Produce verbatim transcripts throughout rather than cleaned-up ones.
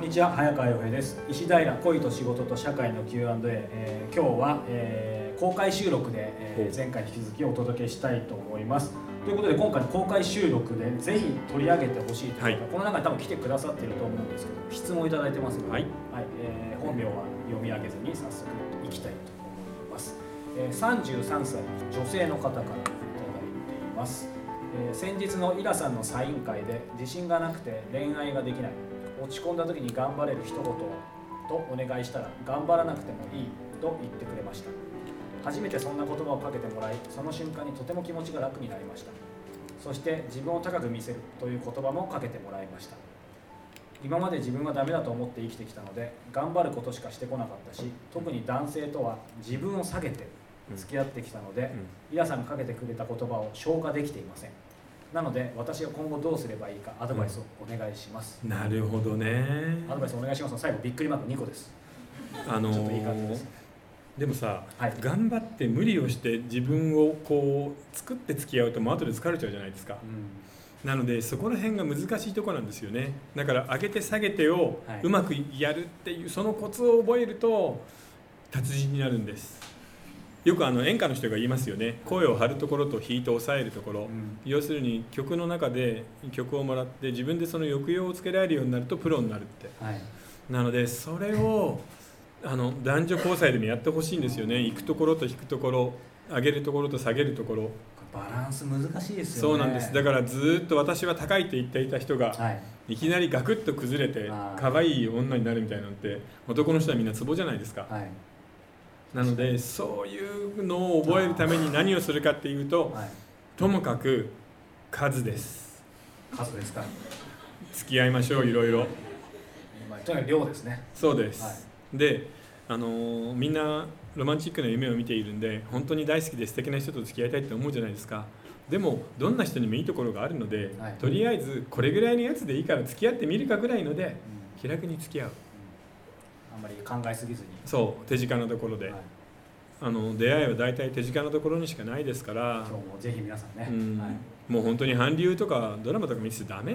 んにちは、早川洋平です。石平恋と仕事と社会の キューアンドエー、えー、今日は、えー、公開収録で、えー、前回に引き続きお届けしたいと思います。ということで今回の公開収録でぜひ取り上げてほしいというか、はい、この中に多分来てくださっていると思うんですけど、質問いただいてますので、はいはいえー、本名は読み上げずに早速いきたいと思います。えー、さんじゅうさんさい女性の方からいただいています。えー、先日のイラさんのサイン会で自信がなくて恋愛ができない、落ち込んだ時に頑張れる一言とお願いしたら頑張らなくてもいいと言ってくれました。初めてそんな言葉をかけてもらい、その瞬間にとても気持ちが楽になりました。そして自分を高く見せるという言葉もかけてもらいました。今まで自分はダメだと思って生きてきたので頑張ることしかしてこなかったし、特に男性とは自分を下げて付き合ってきたので、イラさんがかけてくれた言葉を消化できていません。なので私は今後どうすればいいかアドバイスをお願いします。 うん、なるほどね。 アドバイスお願いしますの最後びっくりマークにこです。 あのー、 ちょっといい感じです、ね、 でもさ、 はい、 頑張って無理をして自分をこう作って付き合うともう後で疲れちゃうじゃないですか。うん、なのでそこら辺が難しいところなんですよね。だから上げて下げてをうまくやるっていうそのコツを覚えると達人になるんです。よくあの演歌の人が言いますよね。声を張るところと弾いて抑えるところ、うん、要するに曲の中で曲をもらって自分でその抑揚をつけられるようになるとプロになるって、はい、なのでそれをあの男女交際でもやってほしいんですよね。行くところと引くところ、上げるところと下げるところ、 バランス難しいですよね。 そうなんです。だからずっと私は高いって言っていた人が、はい、いきなりガクッと崩れて可愛い女になるみたいなのって男の人はみんなツボじゃないですか。はい、なのでそういうのを覚えるために何をするかっていうと、はい、ともかく数です。 数ですか。 付き合いましょう。いろいろ。 とにかく量ですね。 そうです。はい、で、あのー、みんなロマンチックな夢を見ているんで本当に大好きで素敵な人と付き合いたいって思うじゃないですか。でもどんな人にもいいところがあるので、はい、とりあえずこれぐらいのやつでいいから付き合ってみるかぐらいので、うん、気楽に付き合う。 あんまり考えすぎずに。 そう手近なところで、はい、あの出会いは大体手近なところにしかないですから、 今日もぜひ皆さんね、 うんはい、もう本当に韓流とかドラマとか見ててダメよ。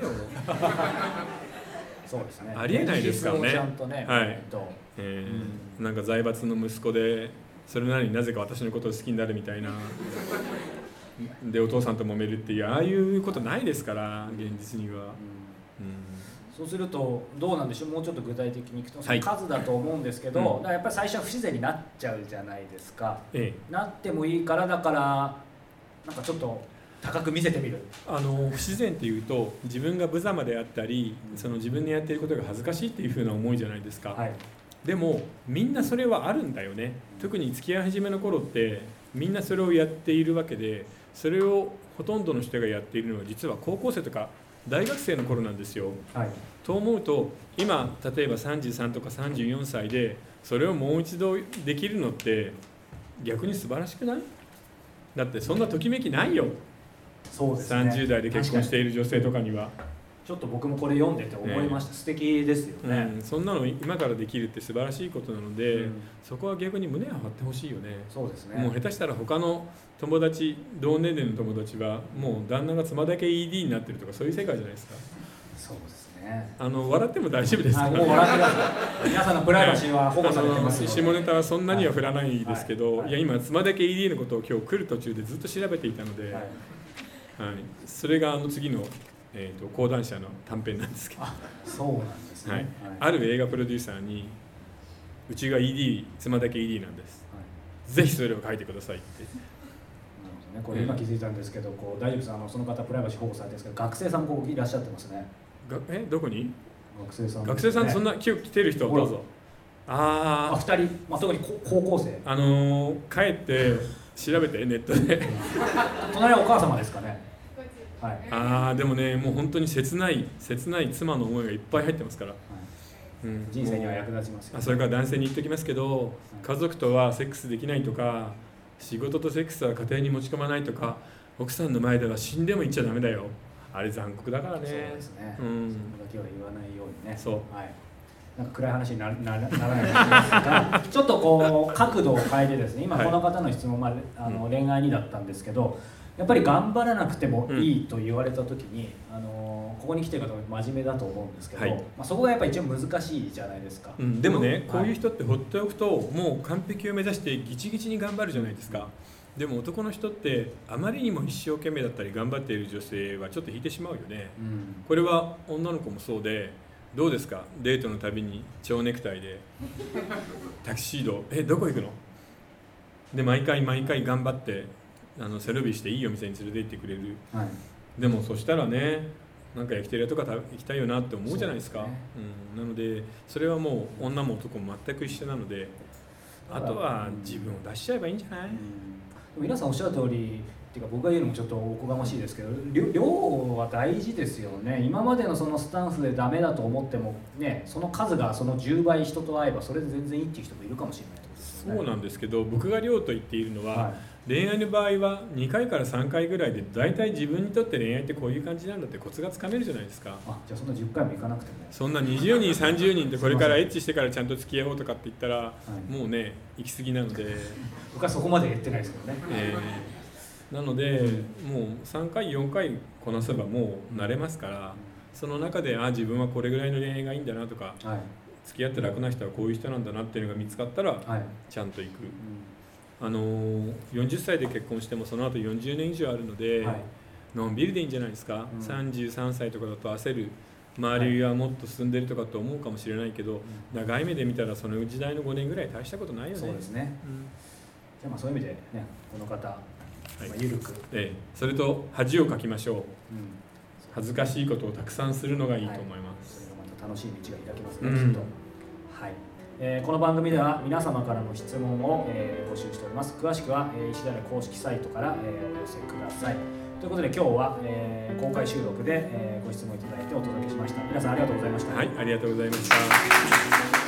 そうですね、 ありえないですからね。 ちゃんとね、 はい、えーうん、なんか財閥の息子でそれなのになぜか私のことを好きになるみたいなでお父さんと揉めるっていうああいうことないですから現実には、うんうん、 そうするとどうなんでしょう。もうちょっと具体的にいくと、その数だと思うんですけど、はい、だからやっぱり最初は不自然になっちゃうじゃないですか、ええ、なってもいいからだからなんかちょっと高く見せてみる。 あの不自然っていうと自分が無様であったり、うん、その自分でやっていることが恥ずかしいっていう風な思いじゃないですか、はい、でもみんなそれはあるんだよね。特に付き合い始めの頃ってみんなそれをやっているわけで、それをほとんどの人がやっているのは実は高校生とか大学生の頃なんですよ、はい、と思うと今例えばさんじゅうさんとかさんじゅうよんさいでそれをもう一度できるのって逆に素晴らしくない？だってそんなときめきないよ。 そうですね、 さんじゅう代で結婚している女性とかにはちょっと僕もこれ読んでて思いました、ね、素敵ですよね、 うん、そんなの今からできるって素晴らしいことなので、うん、そこは逆に胸を張ってほしいよね。 そうですね。 もう下手したら他の友達同年齢の友達はもう旦那が妻だけ イーディー になってるとかそういう世界じゃないですか。 そうですね。 あの笑っても大丈夫ですから、ね、 もう笑ってください。皆さんのプライバシーは保護されてますので。 下ネタはそんなには振らないですけど、はいはいはい、いや今妻だけ イーディー のことを今日来る途中でずっと調べていたので、はいはい、それがあの次の、えーと、講談社の短編なんですけど。 あ、そうなんですね、はいはい、 ある映画プロデューサーにうちが イーディー 妻だけ イーディー なんです、はい、ぜひそれを書いてくださいって。 なるほどね、これ今気づいたんですけど、こう大丈夫です。あのその方プライバシー保護されてるんですけど、学生さんもここいらっしゃってますね。 がえどこに？ 学生さん、ね、 学生さんそんな今日来てる人どうぞ。 ああ、ふたり、まあ、特に高校生。 あのー、帰って調べてネットで隣はお母様ですかね。はい、 ああでもね、もう本当に切ない切ない妻の思いがいっぱい入ってますから、はいうん、人生には役立ちますよ、ね、 それから男性に言っておきますけど、はい、家族とはセックスできないとか仕事とセックスは家庭に持ち込まないとか奥さんの前では死んでも言っちゃダメだよ。あれ残酷だからね。 そうですね、うん、そこだけは言わないようにね。 そう、 はい、なんか暗い話にな ら, ならないと思いますがちょっとこう角度を変えてですね、今この方の質問、まあ、あの恋愛にだったんですけど、 やっぱり頑張らなくてもいいと言われた時に、うん、あのここに来てる方も真面目だと思うんですけど、はい、まあ、そこがやっぱり一番難しいじゃないですか、 うん、でもね、はい、こういう人って放っておくともう完璧を目指してギチギチに頑張るじゃないですか。でも男の人ってあまりにも一生懸命だったり頑張っている女性はちょっと引いてしまうよね、うん、これは女の子もそうで、どうですか、デートのたびに蝶ネクタイでタキシード、えどこ行くので毎回毎回頑張ってあの背伸びしていいお店に連れて行ってくれる、はい、でもそしたらね、なんか焼き鳥屋とか行きたいよなって思うじゃないですか。 そうですね、うん、なのでそれはもう女も男も全く一緒なので、あとは自分を出しちゃえばいいんじゃない、うん、 皆さんおっしゃる通りっていうか、僕が言うのもちょっとおこがましいですけど、量は大事ですよね。今までのそのスタンスでダメだと思ってもね、その数がそのじゅうばい人と会えばそれで全然いいっていう人もいるかもしれないってことですよね。そうなんですけど、僕が量と言っているのは、はい、恋愛の場合はにかいからさんかいぐらいで大体自分にとって恋愛ってこういう感じなんだってコツがつかめるじゃないですか。あ、じゃあそんなじゅっかいも行かなくても、そんなにじゅうにんさんじゅうにんってこれからエッチしてからちゃんと付き合おうとかって言ったら、はい、もうね行き過ぎなので僕はそこまで言ってないですけどね、えーなので、もうさんかいよんかいこなせばもう慣れますから、その中であ自分はこれぐらいの恋愛がいいんだなとか、はい、付き合って楽な人はこういう人なんだなっていうのが見つかったら、はい、ちゃんと行く、うん、あのよんじゅっさいで結婚してもその後よんじゅうねん以上あるので、はい、のんびりでいいんじゃないですか、うん、さんじゅうさんさいとかだと焦る、周りはもっと進んでるとかと思うかもしれないけど、はい、長い目で見たらその時代のごねんぐらい大したことないよね。そうですね、うん、じゃあまあそういう意味でね、この方はい、ゆるく、ええ、それと恥をかきましょう、うん、恥ずかしいことをたくさんするのがいいと思います、はい、それがまた楽しい道が開けますね、うん、きっと、はい、えー、この番組では皆様からの質問を、えー、募集しております。詳しくは、えー、石平公式サイトから、えー、お寄せください。ということで今日は、えー、公開収録で、えー、ご質問いただいてお届けしました。皆さんありがとうございました。 はい、ありがとうございました。